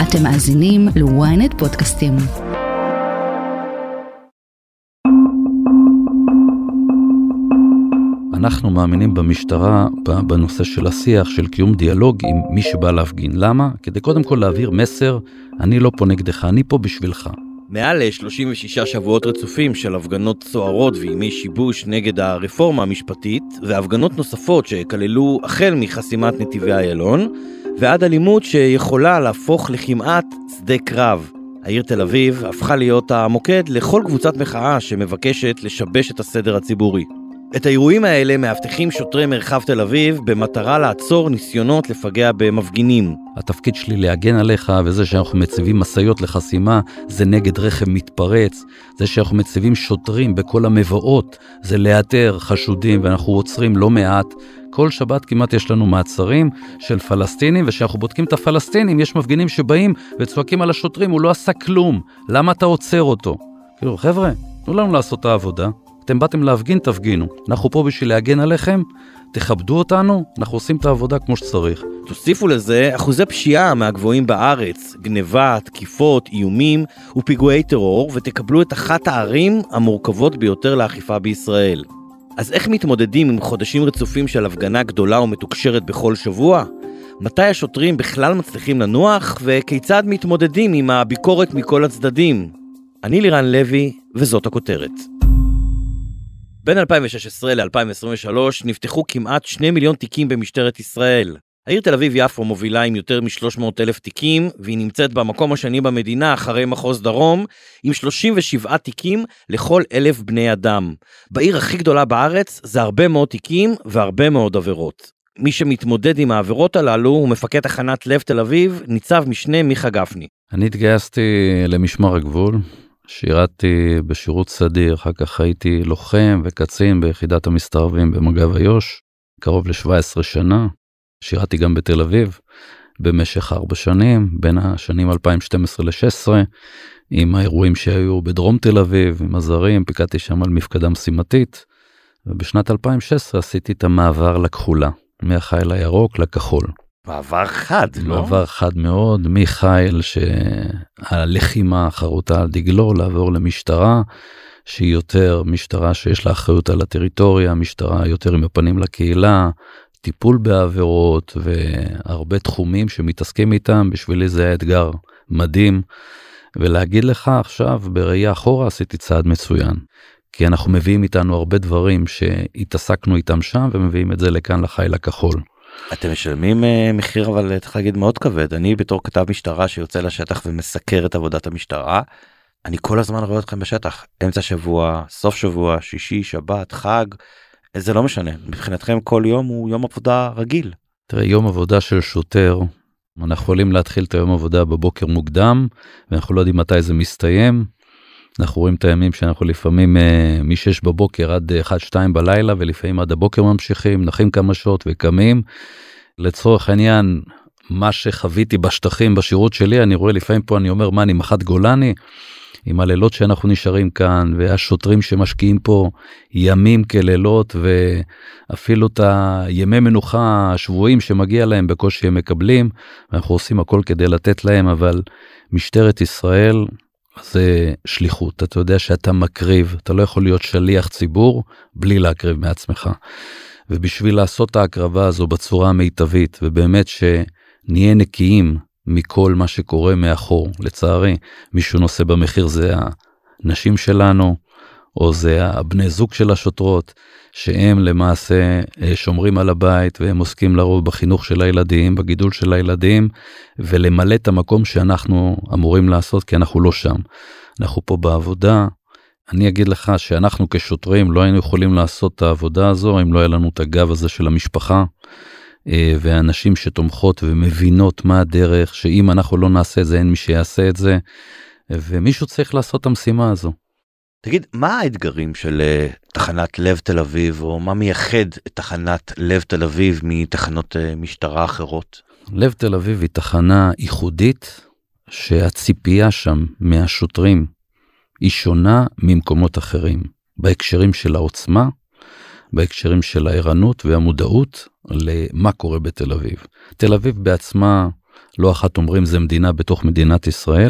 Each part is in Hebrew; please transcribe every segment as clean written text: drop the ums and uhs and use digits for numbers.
אתם מאזינים ל-ynet פודקאסטים. אנחנו מאמינים במשטרה בנושא של השיח, של קיום דיאלוג עם מי שבא להפגין. למה? כדי קודם כל להעביר מסר, אני לא פה נגדך, אני פה בשבילך. מעל 36 שבועות רצופים של הפגנות סוערות וימי שיבוש נגד הרפורמה המשפטית, והפגנות נוספות שכללו החל מחסימת נתיבי איילון, ועד אלימות שיכולה להפוך לכמעט שדה קרב. העיר תל אביב הפכה להיות המוקד לכל קבוצת מחאה שמבקשת לשבש את הסדר הציבורי. את האירועים האלה מאבטחים שוטרי מרחב תל אביב במטרה לעצור ניסיונות לפגע במפגינים. התפקיד שלי להגן עליך, וזה שאנחנו מציבים מסעיות לחסימה, זה נגד רכב מתפרץ. זה שאנחנו מציבים שוטרים בכל המבואות, זה לאתר חשודים, ואנחנו עוצרים לא מעט. כל שבת כמעט יש לנו מעצרים של פלסטינים, ושאנחנו בודקים את הפלסטינים, יש מפגינים שבאים וצועקים על השוטרים, הוא לא עשה כלום. למה אתה עוצר אותו? כאילו, חבר'ה, תנו לנו לעשות את העבודה. אתם באתם להפגין, תפגינו. אנחנו פה בשביל להגן עליכם, תכבדו אותנו, אנחנו עושים את העבודה כמו שצריך. תוסיפו לזה אחוזי פשיעה מהגבוהים בארץ, גניבה, תקיפות, איומים ופיגועי טרור, ותקבלו את אחת הערים המורכבות ביותר לאכיפה בישראל. אז איך מתמודדים עם חודשים רצופים של הפגנה גדולה ומתוקשרת בכל שבוע? מתי השוטרים בכלל מצליחים לנוח, וכיצד מתמודדים עם הביקורת מכל הצדדים? אני לירן לוי, וזאת הכותרת. בין 2016 ל-2023 נפתחו כמעט 2 מיליון תיקים במשטרת ישראל. העיר תל אביב יפו מובילה עם יותר מ-300,000 תיקים, והיא נמצאת במקום השני במדינה אחרי מחוז דרום, עם 37 תיקים לכל 1,000 בני אדם. בעיר הכי גדולה בארץ זה הרבה מאוד תיקים והרבה מאוד עבירות. מי שמתמודד עם העבירות הללו הוא מפקד תחנת לב תל אביב, ניצב משנה מיכה גפני. אני התגייסתי למשמר הגבול. שירתי בשירות סדיר, אחר כך הייתי לוחם וקצין ביחידת המסתערבים במג"ב איו"ש, קרוב ל-17 שנה. שירתי גם בתל אביב במשך 4 שנים, בין השנים 2012 ל-16, עם האירועים שהיו בדרום תל אביב, עם הזרים, פיקדתי שם על מפקדה משימתית, ובשנת 2016 עשיתי את המעבר לכחולה, מהחיל הירוק לכחול. מעבר חד, לא? מעבר חד מאוד, מחיל שהלחימה חרוטה על דגלו, לעבור למשטרה, שהיא יותר משטרה שיש לה אחריות על הטריטוריה, משטרה יותר עם הפנים לקהילה, טיפול בעבירות, והרבה תחומים שמתעסקים איתם, בשבילי זה האתגר מדהים, ולהגיד לך עכשיו, בראייה אחורה עשיתי צעד מצוין, כי אנחנו מביאים איתנו הרבה דברים שהתעסקנו איתם שם, ומביאים את זה לכאן לחיל הכחול. אתם משלמים מחיר, אבל צריך להגיד מאוד כבד. אני בתור כתב משטרה שיוצא לשטח ומסקר את עבודת המשטרה, אני כל הזמן רואה אתכם בשטח, אמצע שבוע, סוף שבוע, שישי, שבת, חג, זה לא משנה. מבחינתכם כל יום הוא יום עבודה רגיל. תראה, יום עבודה של שוטר, אנחנו יכולים להתחיל את היום עבודה בבוקר מוקדם, ואנחנו לא יודעים מתי זה מסתיים. אנחנו רואים את הימים שאנחנו לפעמים מ-6 בבוקר עד 1-2 בלילה, ולפעמים עד הבוקר ממשיכים, נחים כמה שעות וקמים. לצורך העניין, מה שחוויתי בשטחים בשירות שלי, אני רואה לפעמים פה, אני אומר, מה, אני מח"ט גולני? עם הלילות שאנחנו נשארים כאן, והשוטרים שמשקיעים פה ימים כלילות, ואפילו את הימי מנוחה השבועים שמגיע להם בקושי הם מקבלים, ואנחנו עושים הכל כדי לתת להם, אבל משטרת ישראל זה שליחות. אתה יודע שאתה מקריב, אתה לא יכול להיות שליח ציבור בלי להקריב מעצמך. ובשביל לעשות את ההקרבה הזו בצורה המיטבית, ובאמת שנהיה נקיים מכל מה שקורה מאחור, לצערי, מישהו נושא במחיר, זה הנשים שלנו, או זה הבני זוג של השוטרות, שהם למעשה שומרים על הבית, והם עוסקים לרוב בחינוך של הילדים, בגידול של הילדים, ולמלא את המקום שאנחנו אמורים לעשות, כי אנחנו לא שם. אנחנו פה בעבודה. אני אגיד לך שאנחנו כשוטרים לא היינו יכולים לעשות את העבודה הזו, אם לא היה לנו את הגב הזה של המשפחה, ואנשים שתומכות ומבינות מה הדרך, שאם אנחנו לא נעשה את זה, אין מי שיעשה את זה, ומישהו צריך לעשות את המשימה הזו. תגיד, מה האתגרים של תחנת לב תל אביב, או מה מייחד את תחנת לב תל אביב מתחנות משטרה אחרות? לב תל אביב היא תחנה ייחודית, שהציפייה שם מהשוטרים היא שונה ממקומות אחרים, בהקשרים של העוצמה, בהקשרים של הערנות והמודעות למה קורה בתל אביב. תל אביב בעצמה לא אחת אומרים זה מדינה בתוך מדינת ישראל,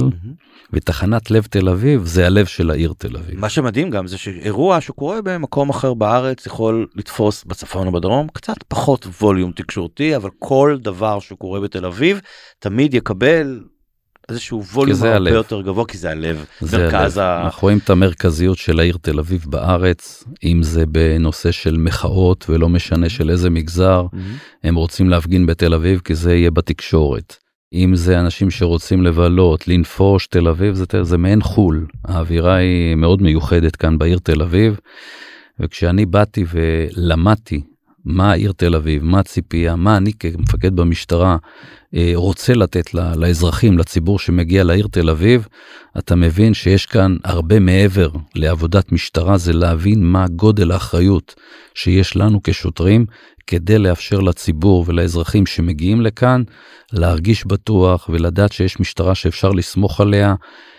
ותחנת לב תל אביב זה הלב של העיר תל אביב. מה שמדהים גם זה שאירוע שקורה במקום אחר בארץ יכול לתפוס בצפון או בדרום קצת פחות ווליום תקשורתי, אבל כל דבר שקורה בתל אביב תמיד יקבל איזשהו ווליום הרבה יותר גבוה, כי זה הלב. אנחנו רואים את המרכזיות של העיר תל אביב בארץ, אם זה בנושא של מחאות ולא משנה של איזה מגזר, הם רוצים להפגין בתל אביב כי זה יהיה בתקשורת. אם זה אנשים שרוצים לבלות, לנפוש תל אביב, זה מעין חול. האווירה היא מאוד מיוחדת כאן בעיר תל אביב, וכשאני באתי ולמדתי מה העיר תל אביב, מה הציפייה, מה אני כמפקד במשטרה רוצה לתת לאזרחים, לציבור שמגיע לעיר תל אביב, אתה מבין שיש כאן הרבה מעבר לעבודת משטרה, זה להבין מה גודל האחריות שיש לנו כשוטרים, כדי לאפשר לציבור ולאזרחים שמגיעים לכאן, להרגיש בטוח ולדעת שיש משטרה שאפשר לסמוך עליה,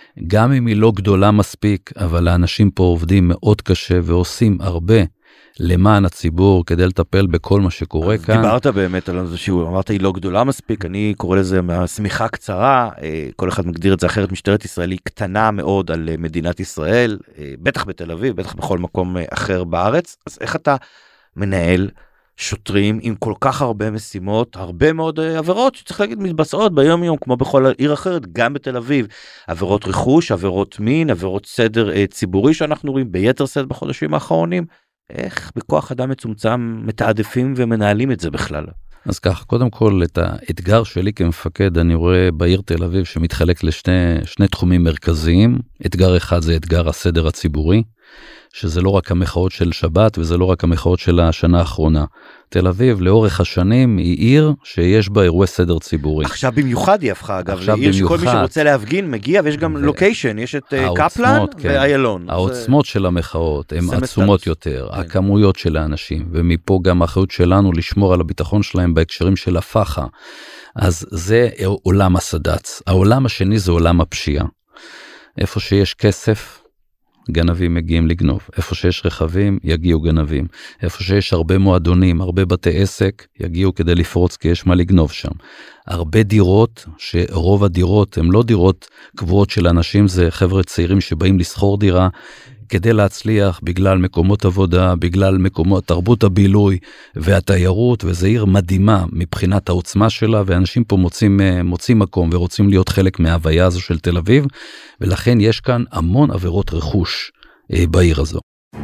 גם אם היא לא גדולה מספיק, אבל האנשים פה עובדים מאוד קשה ועושים הרבה למען הציבור כדי לטפל בכל מה שקורה כאן. דיברת באמת על זה שהוא, אמרת היא לא גדולה מספיק, אני קורא לזה מהסמיכה קצרה, כל אחד מגדיר את זה אחרת, משטרת ישראל היא קטנה מאוד על מדינת ישראל, בטח בתל אביב, בטח בכל מקום אחר בארץ, אז איך אתה מנהל שוטרים עם כל כך הרבה משימות, הרבה מאוד עבירות שצריך להגיד מתבצעות ביום יום כמו בכל עיר אחרת, גם בתל אביב, עבירות רכוש, עבירות מין, עבירות סדר ציבורי שאנחנו רואים ביתר שאת בחודשים האחרונים, איך בכוח אדם מצומצם מתעדפים ומנהלים את זה בכלל? אז ככה, קודם כל את האתגר שלי כמפקד אני רואה בעיר תל אביב שמתחלק לשני תחומים מרכזיים. אתגר אחד זה אתגר הסדר הציבורי, שזה לא רק המחאות של שבת וזה לא רק המחאות של השנה האחרונה. תל אביב לאורך השנים היא עיר שיש בה אירועי סדר ציבורי. עכשיו במיוחד היא הפכה אגב, לעיר שכל מי שרוצה להפגין מגיע, ויש גם לוקיישן, יש את קפלן ואיילון. העוצמות של המחאות הן עצומות יותר, הכמויות של האנשים, ומפה גם האחריות שלנו לשמור על הביטחון שלהם בהקשרים של הפחה. אז זה עולם הסד"צ. העולם השני זה עולם הפשיעה. איפה שיש כסף, גנבים מגיעים לגנוב. איפה שיש רכבים, יגיעו גנבים. איפה שיש הרבה מועדונים, הרבה בתי עסק, יגיעו כדי לפרוץ, כי יש מה לגנוב שם. הרבה דירות, שרוב הדירות הן לא דירות קבועות של אנשים, זה חבר'ה צעירים שבאים לסחור דירה, כדי להצליח בגלל מקומות עבודה, בגלל מקומות תרבות הבילוי והתיירות, וזו עיר מדהימה מבחינת העוצמה שלה, ואנשים פה מוצאים מקום ורוצים להיות חלק מההוויה הזו של תל אביב, ולכן יש כאן המון עבירות רכוש בעיר הזו.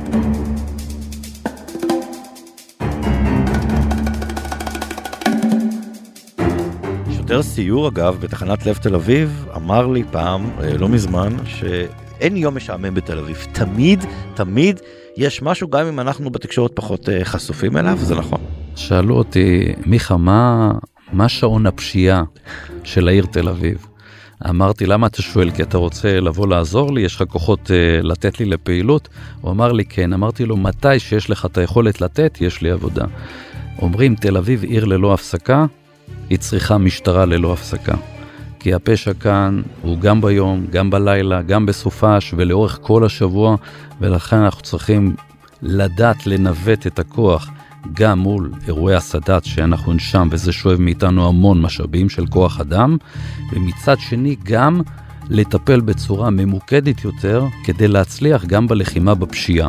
שוטר סיור אגב בתחנת לב תל אביב אמר לי פעם, לא מזמן, אין יום משעמם בתל אביב, תמיד יש משהו, גם אם אנחנו בתקשורת פחות חשופים אליו, זה נכון. שאלו אותי, מיכה, מה שעון הפשיעה של העיר תל אביב? אמרתי, למה אתה שואל? כי אתה רוצה לבוא לעזור לי? יש לך כוחות לתת לי לפעילות? הוא אמר לי, כן. אמרתי לו, מתי שיש לך את היכולת לתת, יש לי עבודה. אומרים, תל אביב עיר ללא הפסקה, היא צריכה משטרה ללא הפסקה. כי הפשע כאן הוא גם ביום, גם בלילה, גם בסופש ולאורך כל השבוע, ולכן אנחנו צריכים לדעת לנווט את הכוח גם מול אירועי הסד"צ שאנחנו נשם, וזה שואב מאיתנו המון משאבים של כוח אדם, ומצד שני גם לטפל בצורה ממוקדת יותר כדי להצליח גם בלחימה בפשיעה.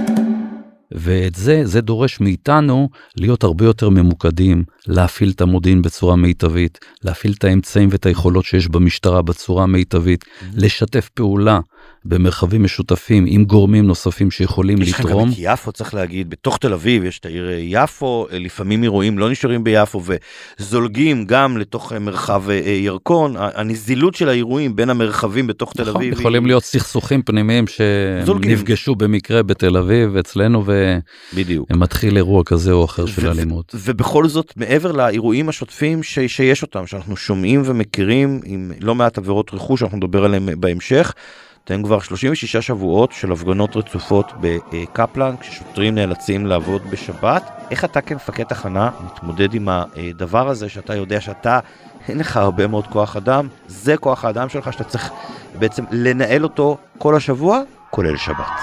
ואת זה דורש מאיתנו להיות הרבה יותר ממוקדים, להפעיל את המודיעין בצורה מיטבית, להפעיל את האמצעים ואת היכולות שיש במשטרה בצורה מיטבית, לשתף פעולה במרחבים משותפים עם גורמים נוספים שיכולים לתרום. יש לך גם את יפו, צריך להגיד, בתוך תל אביב יש את העיר יפו, לפעמים אירועים לא נשארים ביפו וזולגים גם לתוך מרחב ירקון, הנזילות של האירועים בין המרחבים בתוך תל אביב. יכולים להיות סכסוכים פנימיים שנפגשו במקרה בתל אביב אצלנו ומתחיל אירוע כזה או אחר של אלימות. ובכל זאת מעבר לאירועים השוטפים שיש אותם, שאנחנו שומעים ומכירים עם לא מעט עבירות רכוש, אנחנו נדבר עליהם בהמשך, אתם כבר 36 שבועות של הפגנות רצופות בקפלן, כששוטרים נאלצים לעבוד בשבת. איך אתה כמפקד תחנה מתמודד עם הדבר הזה, שאתה יודע שאתה, אין לך הרבה מאוד כוח אדם, זה כוח האדם שלך שאתה צריך בעצם לנהל אותו כל השבוע, כולל שבת.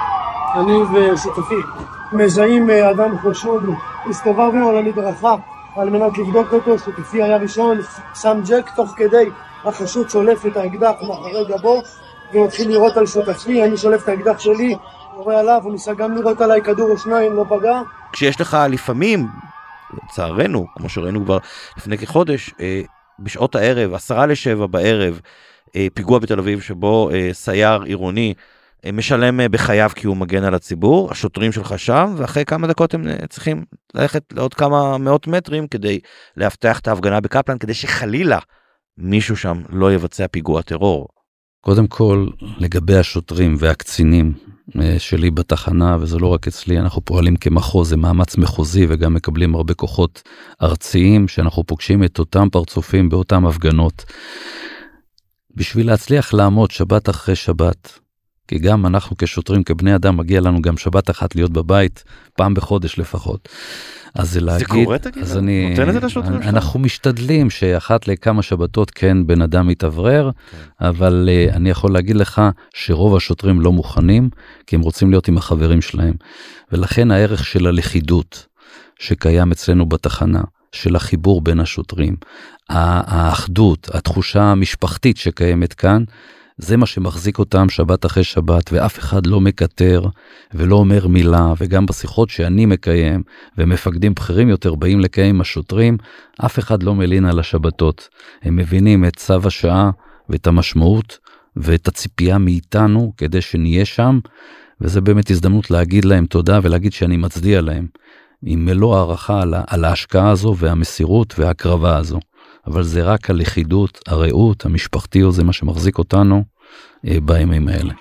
אני ושותפי מזהים אדם חשוד, הסתובבנו על המדרכה על מנת לבדוק אותו, שותפי היה ראשון, שם ג'ק, תוך כדי החשוד שולף את האקדח מאחורי גבו ומתחיל לירות על שותפי, אני שולף את האקדח שלי, יורה עליו, הוא ניסה גם לירות עליי, כדור או שניים, לא פגע. כשיש לך לפעמים, לצערנו, כמו שראינו כבר לפני כחודש, בשעות הערב, 6:50 בערב, פיגוע בתל אביב שבו סייר עירוני משלם בחייו כי הוא מגן על הציבור, השוטרים שלך שם, ואחרי כמה דקות הם צריכים ללכת לעוד כמה מאות מטרים כדי להבטח את ההפגנה בקפלן, כדי שחלילה מישהו שם לא יבצע פיגוע טרור. קודם כל, לגבי השוטרים והקצינים שלי בתחנה, וזה לא רק אצלי, אנחנו פועלים כמחוז, זה מאמץ מחוזי, וגם מקבלים הרבה כוחות ארציים, שאנחנו פוגשים את אותם פרצופים באותם הפגנות. בשביל להצליח לעמוד שבת אחרי שבת, כי גם אנחנו כשוטרים, כבני אדם, מגיע לנו גם שבת אחת להיות בבית, פעם בחודש לפחות. אז זה להגיד, זה קורה, תגיד? נותן את זה לשוטרים שלנו? אנחנו משתדלים שאחת לכמה שבתות כן בן אדם מתאוורר, אבל אני יכול להגיד לך שרוב השוטרים לא מוכנים, כי הם רוצים להיות עם החברים שלהם. ולכן הערך של הלכידות שקיים אצלנו בתחנה, של החיבור בין השוטרים, האחדות, התחושה המשפחתית שקיימת כאן, זה מה שמחזיק אותם שבת אחרי שבת, ואף אחד לא מקטר ולא אומר מילה, וגם בשיחות שאני מקיים, ומפקדים בכירים יותר באים לקיים השוטרים, אף אחד לא מלין על השבתות. הם מבינים את צו השעה ואת המשמעות ואת הציפייה מאיתנו כדי שנהיה שם, וזה באמת הזדמנות להגיד להם תודה ולהגיד שאני מצדיע להם, עם מלוא הערכה על ההשקעה הזו והמסירות וההקרבה הזו. אבל זה רק הלכידות, הרעות, המשפחתיות, זה מה שמחזיק אותנו בימים האלה.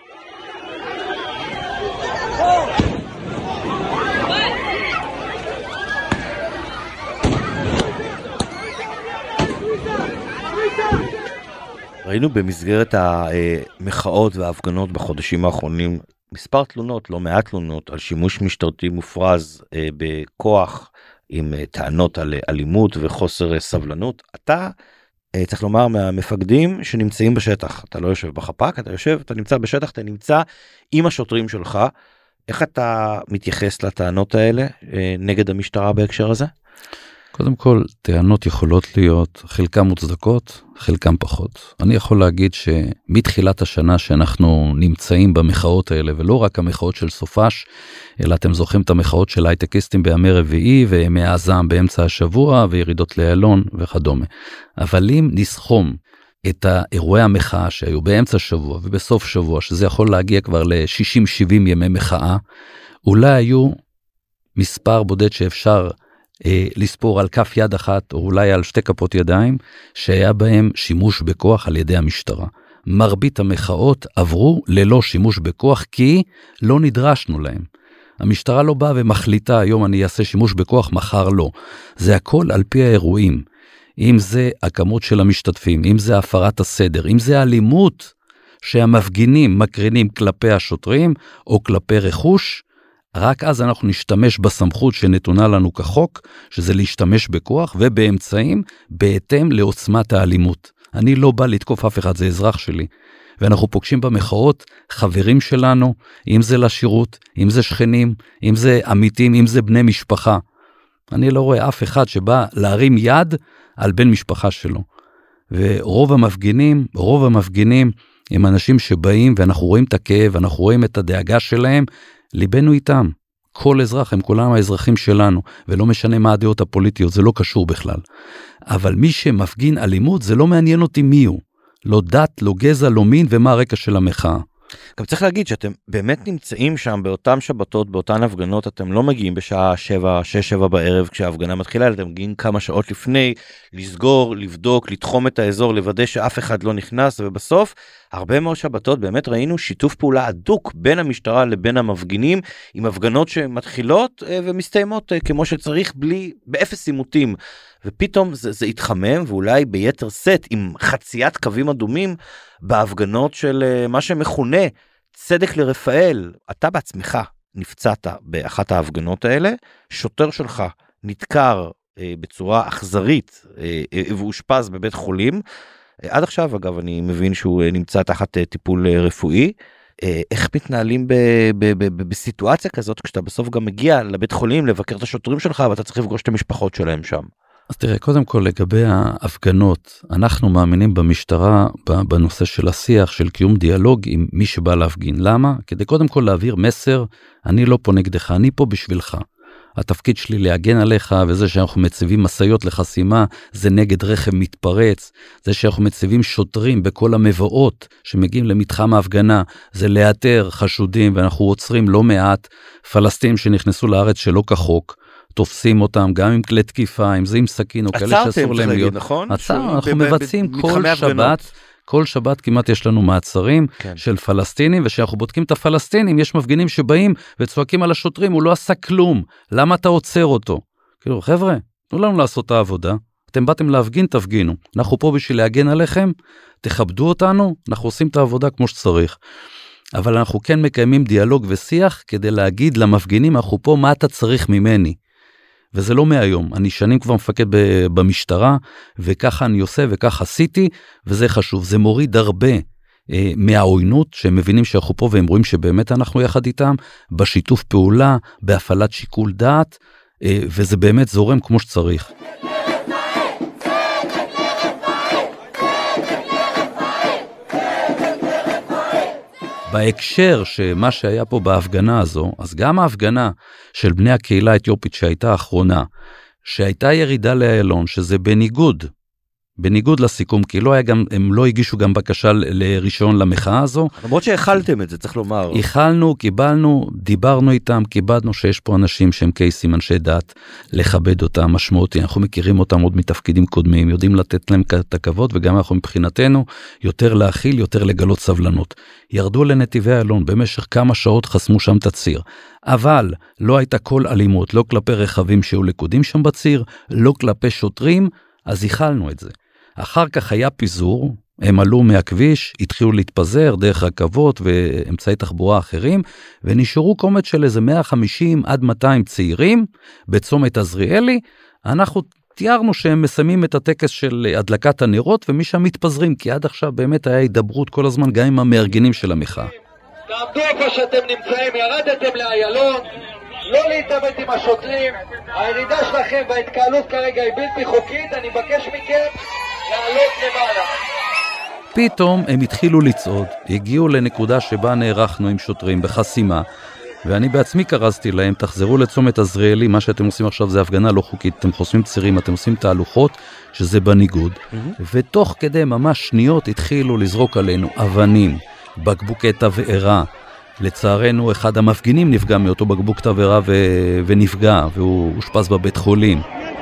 ראינו במסגרת המחאות וההפגנות בחודשים האחרונים מספר תלונות, לא מעט תלונות, על שימוש משטרתי מופרז בכוח, עם טענות על אלימות וחוסר סבלנות. אתה צריך לומר מהמפקדים שנמצאים בשטח, אתה לא יושב בחפ"ק, אתה נמצא בשטח, אתה נמצא עם השוטרים שלך. איך אתה מתייחס לטענות האלה נגד המשטרה בהקשר הזה? קודם כל, טענות יכולות להיות חלקם מוצדקות, חלקם פחות. אני יכול להגיד שמתחילת השנה שאנחנו נמצאים במחאות האלה, ולא רק המחאות של סופש, אלא אתם זוכרים את המחאות של הייטקיסטים בימי רביעי, וימי הזעם באמצע השבוע, וירידות לאלון וכדומה. אבל אם נסכום את האירועי המחאה שהיו באמצע שבוע ובסוף שבוע, שזה יכול להגיע כבר ל-60-70 ימי מחאה, אולי היו מספר בודד שאפשר לספור על כף יד אחת, או אולי על שתי כפות ידיים, שהיה בהם שימוש בכוח על ידי המשטרה. מרבית המחאות עברו ללא שימוש בכוח, כי לא נדרשנו להם. המשטרה לא באה ומחליטה, היום אני אעשה שימוש בכוח, מחר לא. זה הכל על פי האירועים. אם זה הכמות של המשתתפים, אם זה הפרת הסדר, אם זה האלימות שהמפגינים מקרינים כלפי השוטרים, או כלפי רכוש, רק אז אנחנו נשתמש בסמכות שנתונה לנו כחוק, שזה להשתמש בכוח ובאמצעים בהתאם לעוצמת האלימות. אני לא בא לתקוף אף אחד, זה אזרח שלי. ואנחנו פוגשים במחאות חברים שלנו, אם זה לשירות, אם זה שכנים, אם זה עמיתים, אם זה בני משפחה. אני לא רואה אף אחד שבא להרים יד על בן משפחה שלו. ורוב המפגינים הם אנשים שבאים ואנחנו רואים את הכאב, אנחנו רואים את הדאגה שלהם, ליבנו איתם. כל אזרח, הם כולם האזרחים שלנו, ולא משנה מה הדעות הפוליטיות, זה לא קשור בכלל. אבל מי שמפגין אלימות, זה לא מעניין אותי מי הוא. לא דת, לא גזע, לא מין, ומה הרקע של המחאה. גם צריך להגיד שאתם באמת נמצאים שם באותן שבתות, באותן הפגנות, אתם לא מגיעים בשעה 6-7 בערב כשההפגנה מתחילה, אתם מגיעים כמה שעות לפני, לסגור, לבדוק, לתחום את האזור, לוודא שאף אחד לא נכנס, ובסוף, הרבה מאוד שבתות באמת ראינו שיתוף פעולה הדוק בין המשטרה לבין המפגינים, עם הפגנות שמתחילות ומסתיימות כמו שצריך, באפס עימותים. ופתאום זה התחמם, ואולי ביתר סט, עם חציית קווים אדומים, בהפגנות של מה שמכונה צדק לרפאל. אתה בעצמך נפצעת באחת ההפגנות האלה, שוטר שלך נדקר בצורה אכזרית, ואושפז בבית חולים. עד עכשיו, אגב, אני מבין שהוא נמצא תחת טיפול רפואי. איך מתנהלים בסיטואציה כזאת, כשאתה בסוף גם מגיע לבית חולים לבקר את השוטרים שלך, ואתה צריך לפגוש את המשפחות שלהם שם? אז תראה, קודם כל לגבי ההפגנות, אנחנו מאמינים במשטרה בנושא של השיח, של קיום דיאלוג עם מי שבא להפגין. למה? כדי קודם כל להעביר מסר, אני לא פה נגדך, אני פה בשבילך. התפקיד שלי להגן עליך, וזה שאנחנו מציבים מסעיות לחסימה, זה נגד רכב מתפרץ, זה שאנחנו מציבים שוטרים בכל המבואות שמגיעים למתחם ההפגנה, זה לאתר חשודים, ואנחנו עוצרים לא מעט פלסטינים שנכנסו לארץ שלא כחוק, תופסים אותם גם עם כלי תקיפה, אם זה עם סכין או כאלה שאסור להם להיות. נכון? אנחנו מבצעים כל שבת כמעט יש לנו מעצרים של פלסטינים, ושאנחנו בודקים את הפלסטינים, יש מפגינים שבאים וצועקים על השוטרים, הוא לא עשה כלום, למה אתה עוצר אותו? כאילו, חבר'ה, תנו לנו לעשות את העבודה, אתם באתם להפגין, תפגינו, אנחנו פה בשביל להגן עליכם, תכבדו אותנו, אנחנו עושים את העבודה כמו שצריך. אבל אנחנו כן מקיימים דיאלוג ושיח, כדי להגיד למפגינים, אנחנו פה, מה אתה צריך ממני? וזה לא מהיום, אני שנים כבר מפקד במשטרה, וככה אני עושה וככה עשיתי, וזה חשוב, זה מוריד הרבה מהעוינות, שהם מבינים שאנחנו פה, והם רואים שבאמת אנחנו יחד איתם, בשיתוף פעולה, בהפעלת שיקול דעת, וזה באמת זורם כמו שצריך. בהקשר שמה שהיה פה בהפגנה הזו, אז גם ההפגנה של בני הקהילה האתיופית שהייתה האחרונה, שהייתה ירידה לאיילון, שזה בניגוד לסיכום, כי לא היה גם, הם לא הגישו גם בקשה לרישיון למחאה הזו. למרות שהחלתם את זה, צריך לומר. החלנו, קיבלנו, דיברנו איתם, קיבלנו שיש פה אנשים שהם קייסים, אנשי דת, לכבד אותם, משמעותי, אנחנו מכירים אותם עוד מתפקידים קודמים, יודעים לתת להם את הכבוד, וגם אנחנו מבחינתנו, יותר להכיל, יותר לגלות סבלנות. ירדו לנתיבי איילון, במשך כמה שעות חסמו שם את הציר, אבל לא הייתה כל אלימות, לא כלפי רכבים שהיו לקודים שם בציר, לא כלפי שוטרים, אז החלנו את זה. אחר כך היה פיזור, הם עלו מהכביש, התחילו להתפזר דרך רכבות ואמצעי תחבורה אחרים, ונשארו קומץ של איזה 150 עד 200 צעירים בצומת עזריאלי. אנחנו תיארנו שהם מסיימים את הטקס של הדלקת הנרות, ומשם מתפזרים, כי עד עכשיו באמת היה הידברות כל הזמן גם עם המארגנים של המחאה. תעמדו איפה שאתם נמצאים, ירדתם לאיילון, לא להתאבד עם השוטרים, הירידה שלכם וההתקהלות כרגע היא בלתי חוקית, אני מבקש מכם לעלות למעלה. פתאום הם התחילו לצעוד, הגיעו לנקודה שבה נערכנו עם שוטרים בחסימה, ואני בעצמי קרזתי להם, תחזרו לצומת עזריאלי, מה שאתם עושים עכשיו זה הפגנה לא חוקית, אתם חוסמים צירים, אתם עושים תהלוכות, שזה בניגוד, ותוך כדי ממש שניות התחילו לזרוק עלינו אבנים, בקבוקי תבערה, לצערנו אחד המפגינים נפגע מאותו בקבוק תבערה ונפגע, והוא אושפז בבית חולים.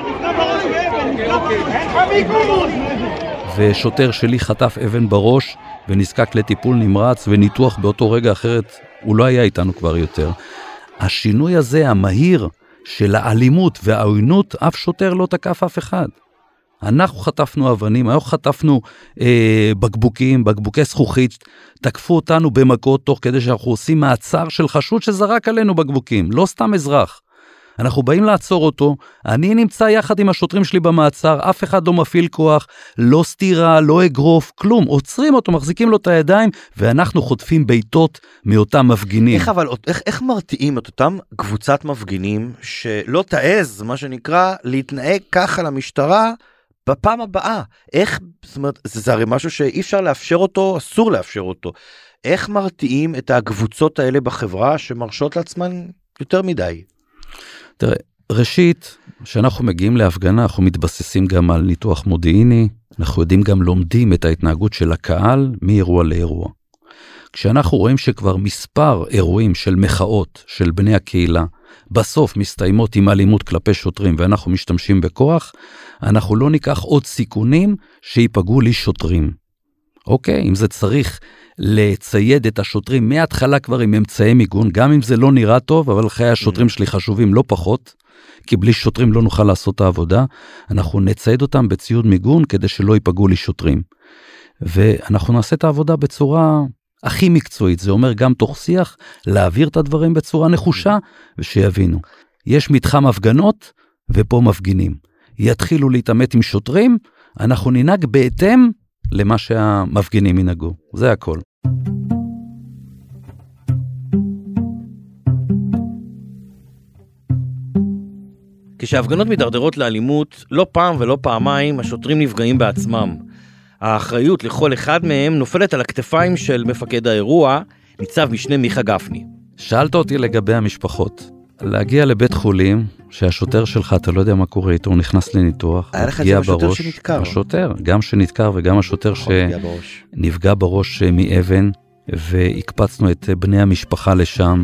ושוטר שלי חטף אבן בראש ונזקק לטיפול נמרץ וניתוח באותו רגע, אחרת הוא לא היה איתנו כבר יותר. השינוי הזה המהיר של האלימות והעוינות, אף שוטר לא תקף אף אחד. אנחנו חטפנו אבנים, אנחנו חטפנו בקבוקי זכוכית, תקפו אותנו במכות תוך כדי שאנחנו עושים מעצר של חשוד שזרק עלינו בקבוקים, לא סתם אזרח. אנחנו באים לעצור אותו, אני נמצא יחד עם השוטרים שלי במעצר, אף אחד לא מפעיל כוח, לא סתירה, לא אגרוף, כלום, עוצרים אותו, מחזיקים לו את הידיים, ואנחנו חוטפים ביתות מאותם מפגינים. איך מרתיעים את אותם קבוצת מפגינים, שלא תעז, מה שנקרא, להתנהג ככה למשטרה, בפעם הבאה? איך, זאת אומרת, זה הרי משהו שאי אפשר לאפשר אותו, אסור לאפשר אותו. איך מרתיעים את הקבוצות האלה בחברה, שמרשות לעצמן יותר מדי? תראה, ראשית, כשאנחנו מגיעים להפגנה, אנחנו מתבססים גם על ניתוח מודיעיני, אנחנו יודעים גם לומדים את ההתנהגות של הקהל מאירוע לאירוע. כשאנחנו רואים שכבר מספר אירועים של מחאות של בני הקהילה, בסוף מסתיימות עם אלימות כלפי שוטרים, ואנחנו משתמשים בכוח, אנחנו לא ניקח עוד סיכונים שיפגעו לי שוטרים. אוקיי? אם זה צריך לצייד את השוטרים מההתחלה כבר עם אמצעי מיגון, גם אם זה לא נראה טוב, אבל חיי השוטרים שלי חשובים לא פחות, כי בלי שוטרים לא נוכל לעשות את העבודה, אנחנו נצייד אותם בציוד מיגון כדי שלא ייפגעו לי שוטרים. ואנחנו נעשה את העבודה בצורה הכי מקצועית, זה אומר גם תוך שיח, להעביר את הדברים בצורה נחושה, ושיבינו. יש מתחם הפגנות, ופה מפגינים. יתחילו להתעמת עם שוטרים, אנחנו ננהג בהתאם למה שהמפגינים ינהגו. זה הכל. כשההפגנות מדרדרות לאלימות, לא פעם ולא פעמיים השוטרים נפגעים בעצמם. האחריות לכל אחד מהם נופלת על הכתפיים של מפקד האירוע, ניצב משנה מיכה גפני. שאלת אותי לגבי המשפחות. להגיע לבית חולים, שהשוטר שלך, אתה לא יודע מה קורה איתו, הוא נכנס לניתוח, היה לך את זה בשוטר שנתקר. השוטר, גם שנתקר וגם השוטר שנפגע בראש מאבן, והקפצנו את בני המשפחה לשם,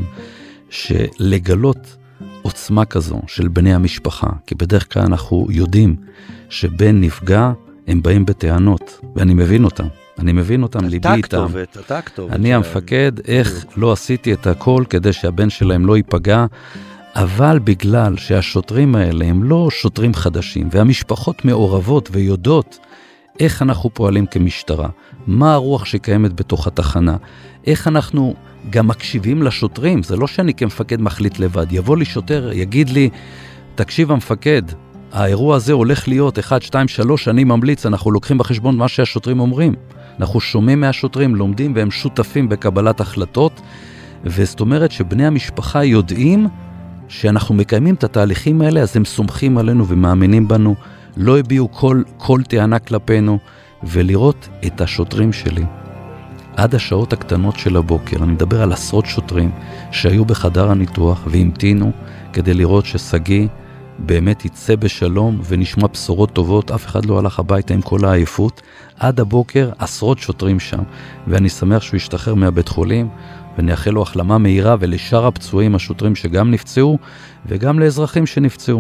שלגלות עוצמה כזו של בני המשפחה, כי בדרך כלל אנחנו יודעים שבן נפגע, הם באים בטענות, ואני מבין אותם. אני מבין אותם, ליבי איתם. אתה הכתובת. אני המפקד, איך לא עשיתי את הכל כדי שהבן שלהם לא ייפגע, אבל בגלל שהשוטרים האלה הם לא שוטרים חדשים, והמשפחות מעורבות ויודעות איך אנחנו פועלים כמשטרה, מה הרוח שקיימת בתוך התחנה, איך אנחנו גם מקשיבים לשוטרים, זה לא שאני כמפקד מחליט לבד, יבוא לי שוטר, יגיד לי, תקשיב המפקד, האירוע הזה הולך להיות 1, 2, 3, אני ממליץ, אנחנו לוקחים בחשבון מה שהשוטרים אומרים. אנחנו שומעים מהשוטרים, לומדים והם שותפים בקבלת החלטות, וזאת אומרת שבני המשפחה יודעים שאנחנו מקיימים את התהליכים האלה, אז הם סומכים עלינו ומאמינים בנו, לא הביאו כל טענה כלפינו, ולראות את השוטרים שלי. עד השעות הקטנות של הבוקר, אני מדבר על עשרות שוטרים שהיו בחדר הניתוח והמתינו כדי לראות שסגי באמת יצא בשלום ונשמע בשורות טובות, אף אחד לא הלך הביתה עם כל העייפות, עד הבוקר עשרות שוטרים שם, ואני שמח שהוא ישתחרר מהבית חולים, ונאחל לו החלמה מהירה, ולשאר הפצועים השוטרים שגם נפצעו, וגם לאזרחים שנפצעו.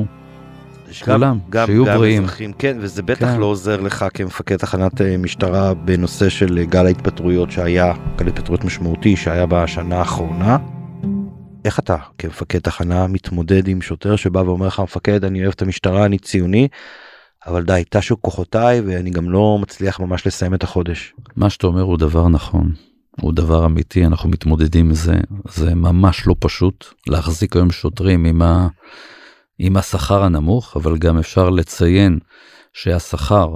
כולם, שיהיו בריאים. כן, וזה בטח לא עוזר לך כמפקד תחנת משטרה בנושא של גל ההתפטרויות שהיה, גל התפטרויות משמעותי שהיה בשנה האחרונה. איך אתה כמפקד תחנה מתמודד עם שוטר שבא ואומר לך, מפקד, אני אוהב את המשטרה, אני ציוני, אבל די, תשו כוחותיי ואני גם לא מצליח ממש לסיים את החודש. מה שאתה אומר הוא דבר נכון, הוא דבר אמיתי, אנחנו מתמודדים עם זה, זה ממש לא פשוט להחזיק היום שוטרים עם השכר הנמוך, אבל גם אפשר לציין שהשכר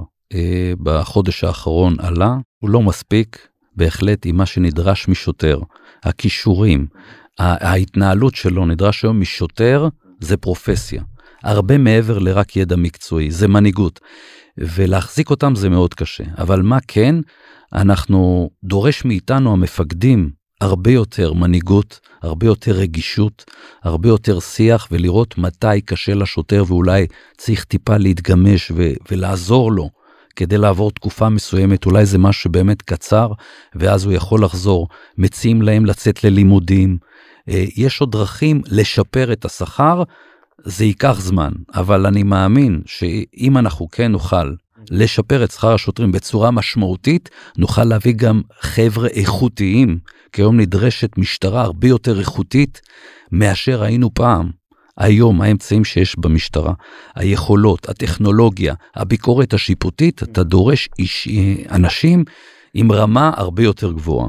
בחודש האחרון עלה, הוא לא מספיק, בהחלט עם מה שנדרש משוטר, הכישורים, ההתנהלות שלו נדרש היום משוטר, זה פרופסיה. הרבה מעבר לרק ידע מקצועי, זה מנהיגות. ולהחזיק אותם זה מאוד קשה. אבל מה כן? אנחנו דורש מאיתנו המפקדים הרבה יותר מנהיגות, הרבה יותר רגישות, הרבה יותר שיח, ולראות מתי קשה לשוטר, ואולי צריך טיפה להתגמש ולעזור לו, כדי לעבור תקופה מסוימת, אולי זה משהו שבאמת קצר, ואז הוא יכול לחזור. מציעים להם לצאת ללימודים, יש עוד דרכים לשפר את השכר, זה ייקח זמן, אבל אני מאמין שאם אנחנו כן נוכל לשפר את שכר השוטרים בצורה משמעותית, נוכל להביא גם חבר'ה איכותיים, כי היום נדרשת משטרה הרבה יותר איכותית, מאשר היינו פעם. היום האמצעים שיש במשטרה, היכולות, הטכנולוגיה, הביקורת השיפוטית, אתה דורש אנשים עם רמה הרבה יותר גבוהה.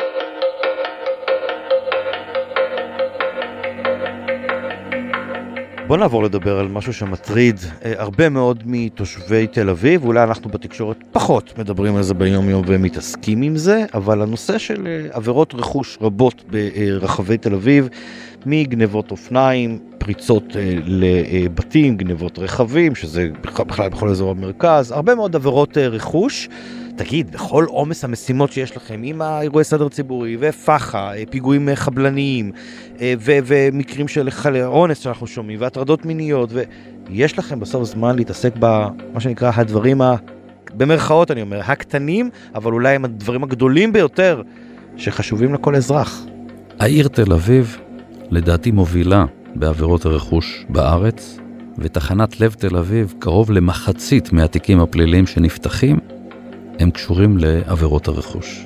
בוא נעבור לדבר על משהו שמטריד הרבה מאוד מתושבי תל אביב, אולי אנחנו בתקשורת פחות מדברים על זה ביום יום ומתעסקים עם זה, אבל הנושא של עבירות רכוש רבות ברחבי תל אביב, מגנבות אופניים, פריצות לבתים, גנבות רכבים, שזה בכלל בכל אזור המרכז, הרבה מאוד עבירות רכוש. תגיד, בכל עומס המשימות שיש לכם, עם האירועי סדר ציבורי, ופחה, פיגועים חבלניים, ומקרים של אונס שאנחנו שומעים, והטרדות מיניות, ויש לכם בסוף זמן להתעסק במה שנקרא הדברים, במרכאות אני אומר, הקטנים, אבל אולי הם הדברים הגדולים ביותר, שחשובים לכל אזרח. העיר תל אביב, לדעתי מובילה בעבירות הרכוש בארץ, ותחנת לב תל אביב, קרוב למחצית מהתיקים הפליליים שנפתחים, הם קשורים לעבירות הרכוש.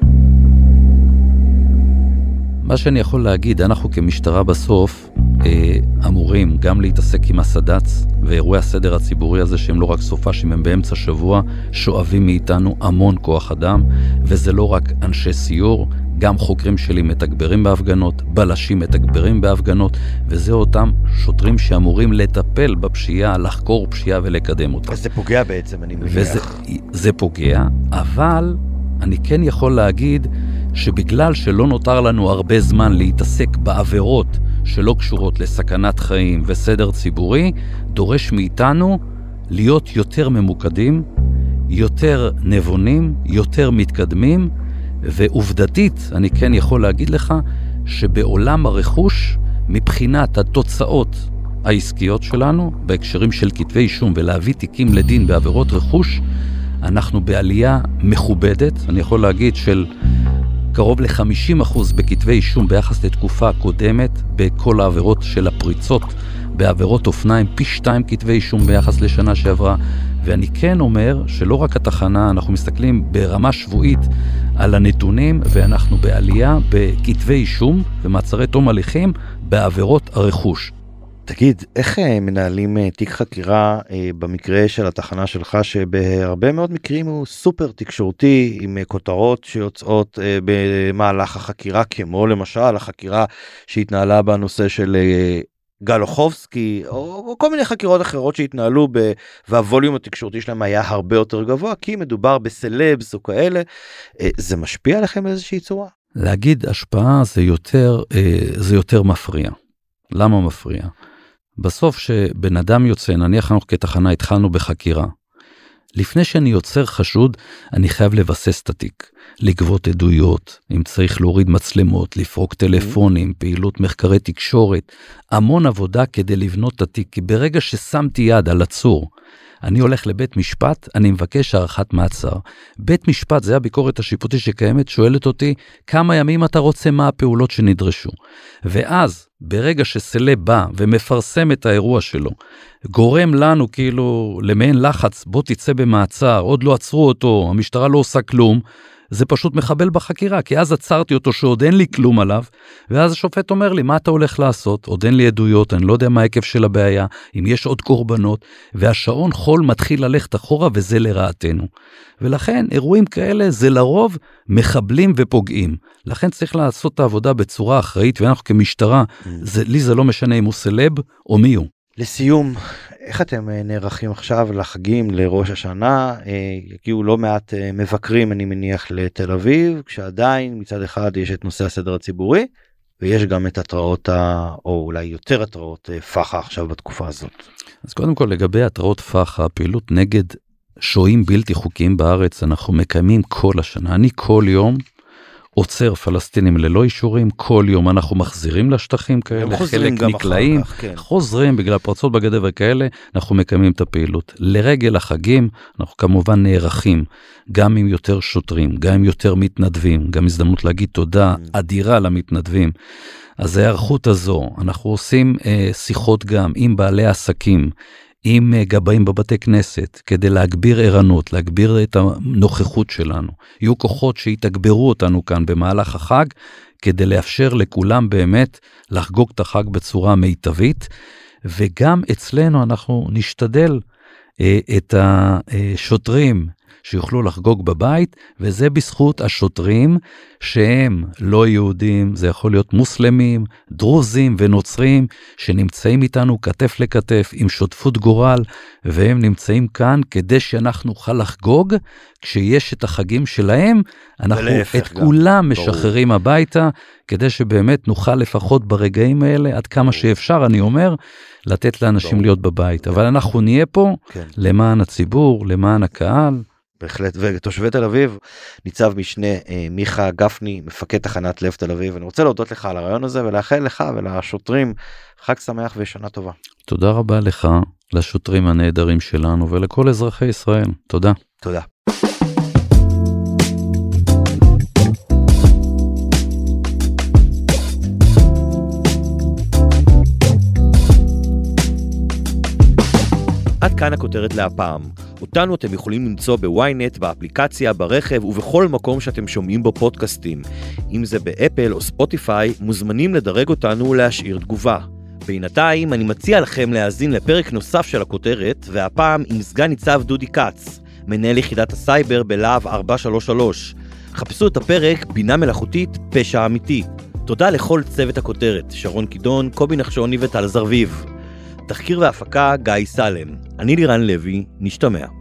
מה שאני יכול להגיד, אנחנו כמשטרה בסוף אמורים גם להתעסק עם הסד"צ ואירועי הסדר הציבורי הזה, שהם לא רק סופ"שים, הם באמצע שבוע, שואבים מאיתנו המון כוח אדם, וזה לא רק אנשי סיור, גם חוקרים שלי מתגברים בהפגנות, בלשים מתגברים בהפגנות, וזה אותם שוטרים שאמורים לטפל בפשיעה, לחקור פשיעה ולקדם אותה. אז זה פוגע בעצם, אני מניח. זה פוגע, אבל אני כן יכול להגיד שבגלל שלא נותר לנו הרבה זמן להתעסק בעבירות שלא קשורות לסכנת חיים וסדר ציבורי, דורש מאיתנו להיות יותר ממוקדים, יותר נבונים, יותר מתקדמים, ועובדתית אני כן יכול להגיד לך שבעולם הרכוש, מבחינת התוצאות העסקיות שלנו, בהקשרים של כתבי אישום ולהביא תיקים לדין בעבירות רכוש, אנחנו בעלייה מכובדת, אני יכול להגיד של קרוב ל-50% בכתבי אישום ביחס לתקופה קודמת, בכל העבירות של הפריצות, בעבירות אופניים, פי 2 כתבי אישום ביחס לשנה שעברה, ואני כן אומר שלא רק התחנה, אנחנו מסתכלים ברמה שבועית על הנתונים, ואנחנו בעלייה בכתבי אישום ומעצרי תום הליכים בעבירות הרכוש. תגיד, איך מנהלים תיק חקירה במקרה של התחנה שלך, שבהרבה מאוד מקרים הוא סופר תקשורתי, עם כותרות שיוצאות במהלך החקירה, כמו למשל החקירה שהתנהלה בנושא של גל אוחובסקי, או כל מיני חקירות אחרות שהתנהלו, והווליום התקשורתי שלהם היה הרבה יותר גבוה, כי מדובר בסלבס או כאלה. זה משפיע עליכם באיזושהי צורה? להגיד השפעה זה יותר מפריע. למה מפריע? בסוף שבן אדם יוצא, נניח אנחנו כתחנה התחלנו בחקירה, לפני שאני יוצר חשוד, אני חייב לבסס את התיק, לגבות עדויות, אם צריך להוריד מצלמות, לפרוק טלפונים, פעילות מחקרי תקשורת, המון עבודה כדי לבנות את התיק, כי ברגע ששמתי יד על עצור, אני הולך לבית משפט, אני מבקש הערכת מעצר. בית משפט, זה הביקורת השיפוטית שקיימת, שואלת אותי כמה ימים אתה רוצה, מה הפעולות שנדרשו. ואז, ברגע שסלב בא ומפרסם את האירוע שלו, גורם לנו כאילו למעין לחץ, בוא תצא במעצר, עוד לא עצרו אותו, המשטרה לא עושה כלום, זה פשוט מחבל בחקירה, כי אז עצרתי אותו שעוד אין לי כלום עליו, ואז השופט אומר לי, מה אתה הולך לעשות? עוד אין לי עדויות, אני לא יודע מה ההיקף של הבעיה, אם יש עוד קורבנות, והשעון חול מתחיל ללכת אחורה, וזה לרעתנו. ולכן, אירועים כאלה זה לרוב מחבלים ופוגעים. לכן צריך לעשות את העבודה בצורה אחראית, ואנחנו כמשטרה, לי זה לא משנה אם הוא סלב או מי הוא. לסיום, איך אתם נערכים עכשיו לחגים, לראש השנה? הגיעו לא מעט מבקרים, אני מניח, לתל אביב, כשעדיין מצד אחד יש את נושא הסדר הציבורי, ויש גם את התראות, או אולי יותר התראות פחה עכשיו בתקופה הזאת. אז קודם כל, לגבי התראות פחה, פעילות נגד שוהים בלתי חוקיים בארץ, אנחנו מקיימים כל השנה. אני כל יום עוצר פלסטינים ללא אישורים, כל יום אנחנו מחזירים לשטחים כאלה, חלק נקלעים, כן. חוזרים בגלל פרצות בגדר וכאלה, אנחנו מקיימים את הפעילות. לרגל החגים, אנחנו כמובן נערכים, גם עם יותר שוטרים, גם עם יותר מתנדבים, גם הזדמנות להגיד תודה אדירה למתנדבים. אז הערכות הזו, אנחנו עושים שיחות גם עם בעלי עסקים, עם גבאים בבתי כנסת, כדי להגביר ערנות, להגביר את הנוכחות שלנו. יהיו כוחות שיתגברו אותנו כאן במהלך החג, כדי לאפשר לכולם באמת לחגוג את החג בצורה מיטבית, וגם אצלנו אנחנו נשתדל את השוטרים שיוכלו לחגוג בבית, וזה בזכות השוטרים שהם לא יהודים, זה יכול להיות מוסלמים, דרוזים ונוצרים, שנמצאים איתנו כתף לכתף עם שותפות גורל, והם נמצאים כאן כדי שאנחנו נוכל לחגוג, כשיש את החגים שלהם, אנחנו את כולם משחררים הביתה, כדי שבאמת נוכל לפחות ברגעים האלה, עד כמה שאפשר, אני אומר, לתת לאנשים להיות בבית. אבל אנחנו נהיה פה למען הציבור, למען הקהל, בהחלט, ותושבי תל אביב, ניצב משנה מיכה גפני, מפקד תחנת לב תל אביב, אני רוצה להודות לך על הרעיון הזה, ולאחל לך ולשוטרים חג שמח ושנה טובה. תודה רבה לך, לשוטרים הנהדרים שלנו, ולכל אזרחי ישראל. תודה. תודה. עד כאן הכותרת להפעם. אותנו אתם יכולים למצוא בוויינט, באפליקציה, ברכב ובכל מקום שאתם שומעים בו פודקאסטים. אם זה באפל או ספוטיפיי, מוזמנים לדרג אותנו ולהשאיר תגובה. בינתיים אני מציע לכם להאזין לפרק נוסף של הכותרת, והפעם עם סגן ניצב דודי קץ, מנהל יחידת הסייבר בלהב 433. חפשו את הפרק בינה מלאכותית פשע אמיתי. תודה לכל צוות הכותרת, שרון קידון, קובי נחשוני וטל זרביב. תחקיר והפקה גיא סלם. אני לירן לוי, נשתמע.